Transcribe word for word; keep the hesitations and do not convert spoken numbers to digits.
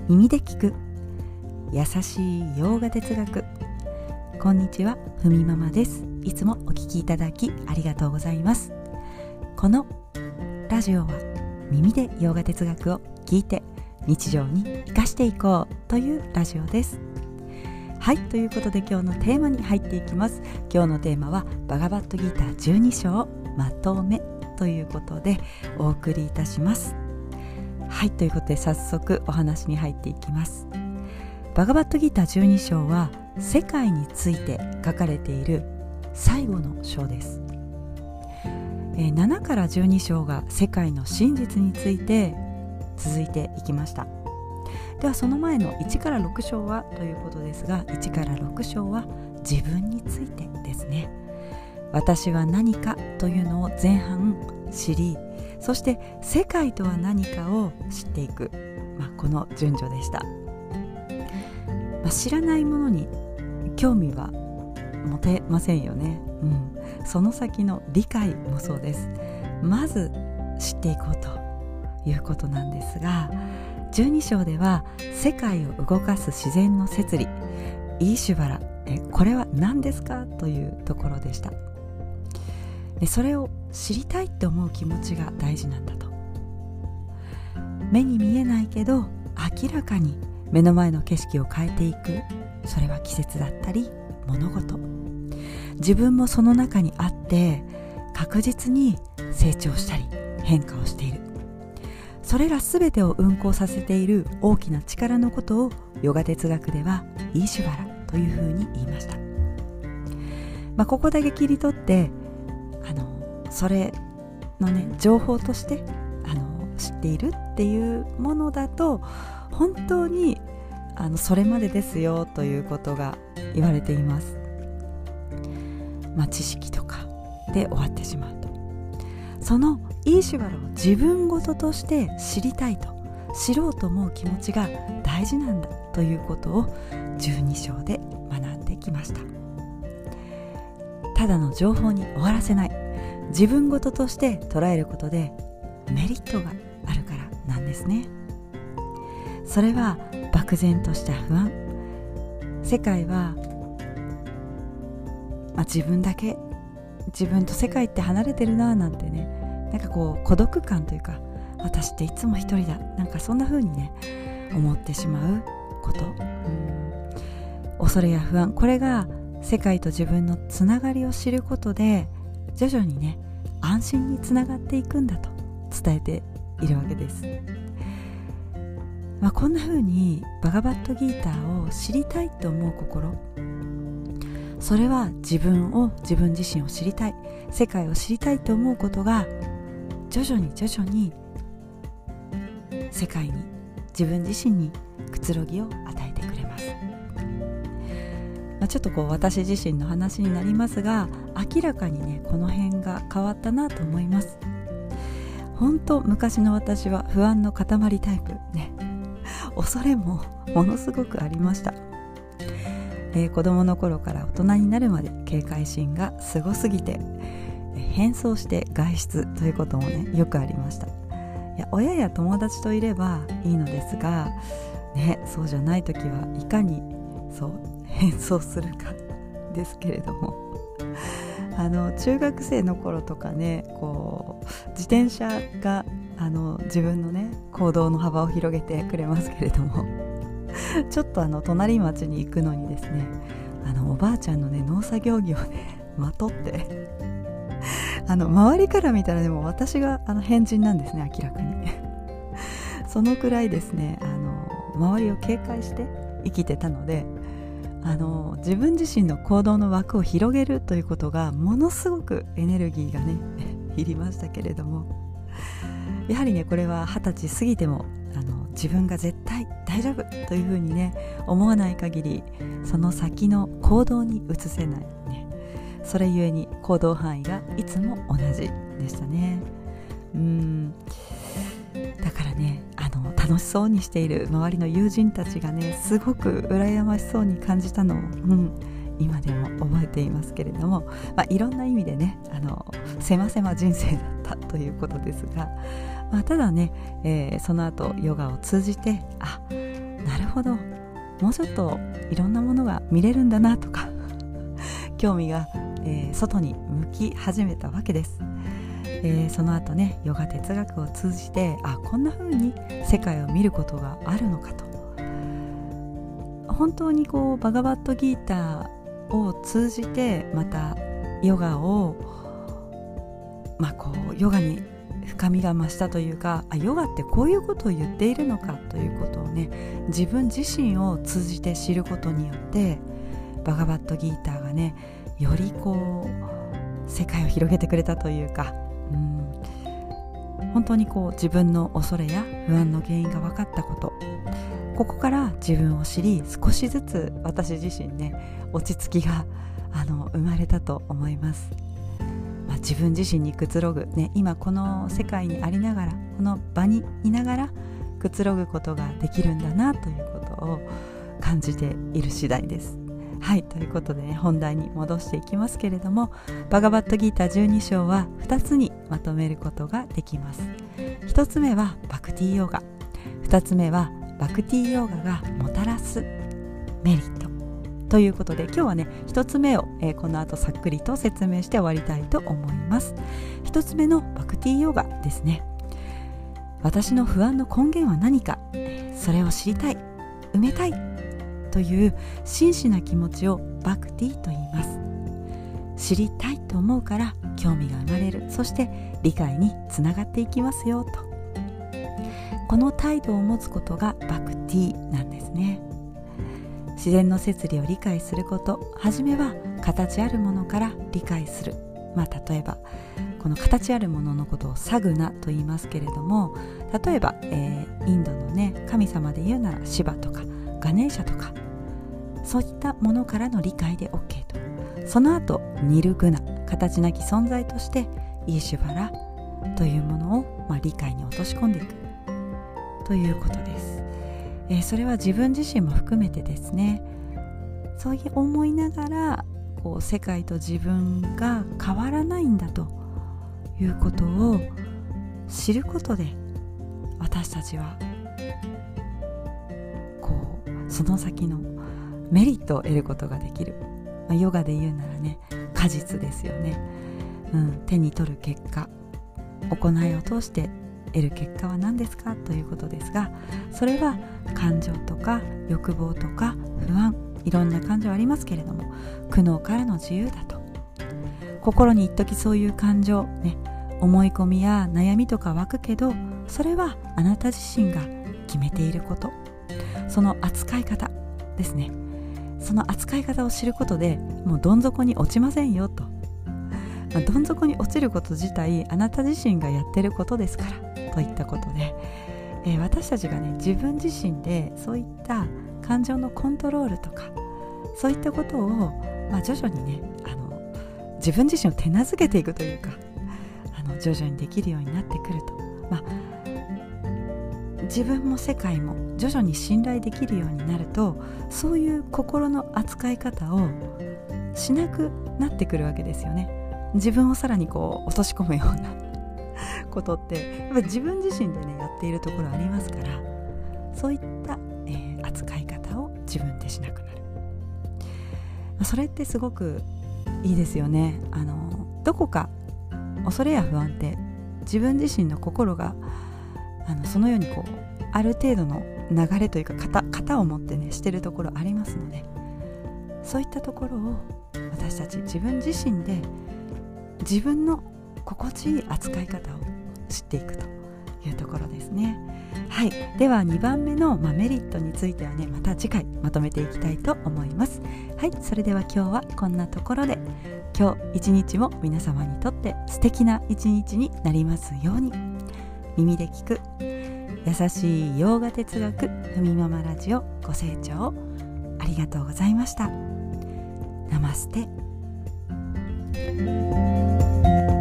耳で聞く優しい洋画哲学。こんにちは、ふみママです。いつもお聞きいただきありがとうございます。このラジオは耳で洋画哲学を聞いて日常に生かしていこうというラジオです。はい、ということで今日のテーマに入っていきます。今日のテーマはバガバットギーターじゅうに章まとめということでお送りいたします。はい、ということで早速お話に入っていきます。バガバットギーターじゅうに章は世界について書かれている最後の章です。えー、ななからじゅうに章が世界の真実について続いていきました。ではその前のいちからろく章はということですが、いちからろく章は自分についてですね。私は何かというのを前半知り、そして世界とは何かを知っていく、まあ、この順序でした。まあ、知らないものに興味は持てませんよね、うん、その先の理解もそうです。まず知っていこうということなんですが、じゅうに章では世界を動かす自然の摂理イーシュバラ、えこれは何ですかというところでした。でそれを知りたいって思う気持ちが大事なんだと。目に見えないけど明らかに目の前の景色を変えていく、それは季節だったり物事、自分もその中にあって確実に成長したり変化をしている、それらすべてを運行させている大きな力のことをヨガ哲学ではイーシュバラというふうに言いました。まあ、ここだけ切り取ってあのそれのね情報としてあの知っているっていうものだと本当にあのそれまでですよということが言われています。まあ、知識とかで終わってしまうと、そのイーシュバラを自分ごととして知りたいと知ろうと思う気持ちが大事なんだということをじゅうに章で学んできました。ただの情報に終わらせない、自分ごととして捉えることでメリットがあるからなんですね。それは漠然とした不安、世界は、まあ、自分だけ自分と世界って離れてるななんてね、なんかこう孤独感というか、私っていつも一人だ、なんかそんな風にね思ってしまうこと、うん、恐れや不安、これが世界と自分のつながりを知ることで徐々にね安心につながっていくんだと伝えているわけです。まあ、こんな風にバガバットギーターを知りたいと思う心、それは自分を自分自身を知りたい、世界を知りたいと思うことが徐々に徐々に世界に自分自身にくつろぎを与えてくれます。まあ、ちょっとこう私自身の話になりますが、明らかにねこの辺が変わったなと思います。本当昔の私は不安の塊タイプね、恐れもものすごくありました。えー、子供の頃から大人になるまで警戒心がすごすぎて、えー、変装して外出ということもねよくありました。いや親や友達といればいいのですが、ね、そうじゃない時はいかにそう変装するかですけれどもあの中学生の頃とかね、こう自転車があの自分のね行動の幅を広げてくれますけれどもちょっとあの隣町に行くのにですね、あのおばあちゃんのね農作業着をねまとってあの周りから見たらでも私があの変人なんですね、明らかにそのくらいですね、あの周りを警戒して生きてたので、あの自分自身の行動の枠を広げるということがものすごくエネルギーがねいりましたけれども、やはりねこれははたち過ぎてもあの自分が絶対大丈夫というふうにね思わない限りその先の行動に移せない、ね、それゆえに行動範囲がいつも同じでしたね。うーんだからねあの楽しそうにしている周りの友人たちがねすごく羨ましそうに感じたのを、うん、今でも覚えていますけれども、まあ、いろんな意味でねあの狭々人生だったということですが、まあ、ただね、えー、その後ヨガを通じてあなるほど、もうちょっといろんなものが見れるんだなとか興味が、えー、外に向き始めたわけです。えー、その後ね、ヨガ哲学を通じて、あ、こんな風に世界を見ることがあるのかと、本当にこうバガバットギーターを通じてまたヨガを、まあ、こうヨガに深みが増したというか、あ、ヨガってこういうことを言っているのかということをね、自分自身を通じて知ることによってバガバットギーターがね、よりこう世界を広げてくれたというか、うん、本当にこう自分の恐れや不安の原因が分かったこと、ここから自分を知り、少しずつ私自身ね、落ち着きがあの生まれたと思います。まあ、自分自身にくつろぐ、ね、今この世界にありながら、この場にいながらくつろぐことができるんだなということを感じている次第です。はい、ということで、ね、本題に戻していきますけれども、バガバットギーターじゅうに章はふたつにまとめることができます。ひとつめはバクティヨガ、ふたつめはバクティヨガがもたらすメリットということで、今日はね、ひとつめを、えー、この後さっくりと説明して終わりたいと思います。ひとつめのバクティヨガですね。私の不安の根源は何か、それを知りたい、埋めたいという真摯な気持ちをバクティと言います。知りたいと思うから興味が生まれる、そして理解につながっていきますよと、この態度を持つことがバクティなんですね。自然の摂理を理解すること、はじめは形あるものから理解する、まあ、例えばこの形あるもののことをサグナと言いますけれども、例えば、えー、インドのね、神様で言うならシバとかガネーシャとか、そういったものからの理解で OK と、その後ニルグナ、形なき存在としてイーシュバラというものを、まあ、理解に落とし込んでいくということです。えー、それは自分自身も含めてですね、そういう思いながらこう世界と自分が変わらないんだということを知ることで、私たちはこうその先のメリットを得ることができる、まあ、ヨガで言うならね、果実ですよね、うん、手に取る結果、行いを通して得る結果は何ですかということですが、それは感情とか欲望とか不安、いろんな感情ありますけれども、苦悩からの自由だと。心に一時そういう感情、ね、思い込みや悩みとか湧くけど、それはあなた自身が決めていること、その扱い方ですね。その扱い方を知ることで、もうどん底に落ちませんよと、まあ、どん底に落ちること自体あなた自身がやってることですからといったことで、えー、私たちがね、自分自身でそういった感情のコントロールとか、そういったことを、まあ、徐々にね、あの自分自身を手なずけていくというか、あの徐々にできるようになってくると、まあ、自分も世界も徐々に信頼できるようになると、そういう心の扱い方をしなくなってくるわけですよね。自分をさらにこう落とし込むようなことってやっぱ自分自身でね、やっているところありますから、そういった、えー、扱い方を自分でしなくなる、まあ、それってすごくいいですよね。あのどこか恐れや不安って自分自身の心があのそのようにこうある程度の流れというか 型, 型を持ってねしてるところありますので、そういったところを私たち自分自身で自分の心地いい扱い方を知っていくというところですね。はい、ではにばんめの、まあ、メリットについてはね、また次回まとめていきたいと思います。はい、それでは今日はこんなところで、今日一日も皆様にとって素敵な一日になりますように。耳で聞く優しい洋画哲学ふみママラジオ、ご清聴ありがとうございました。ナマステ。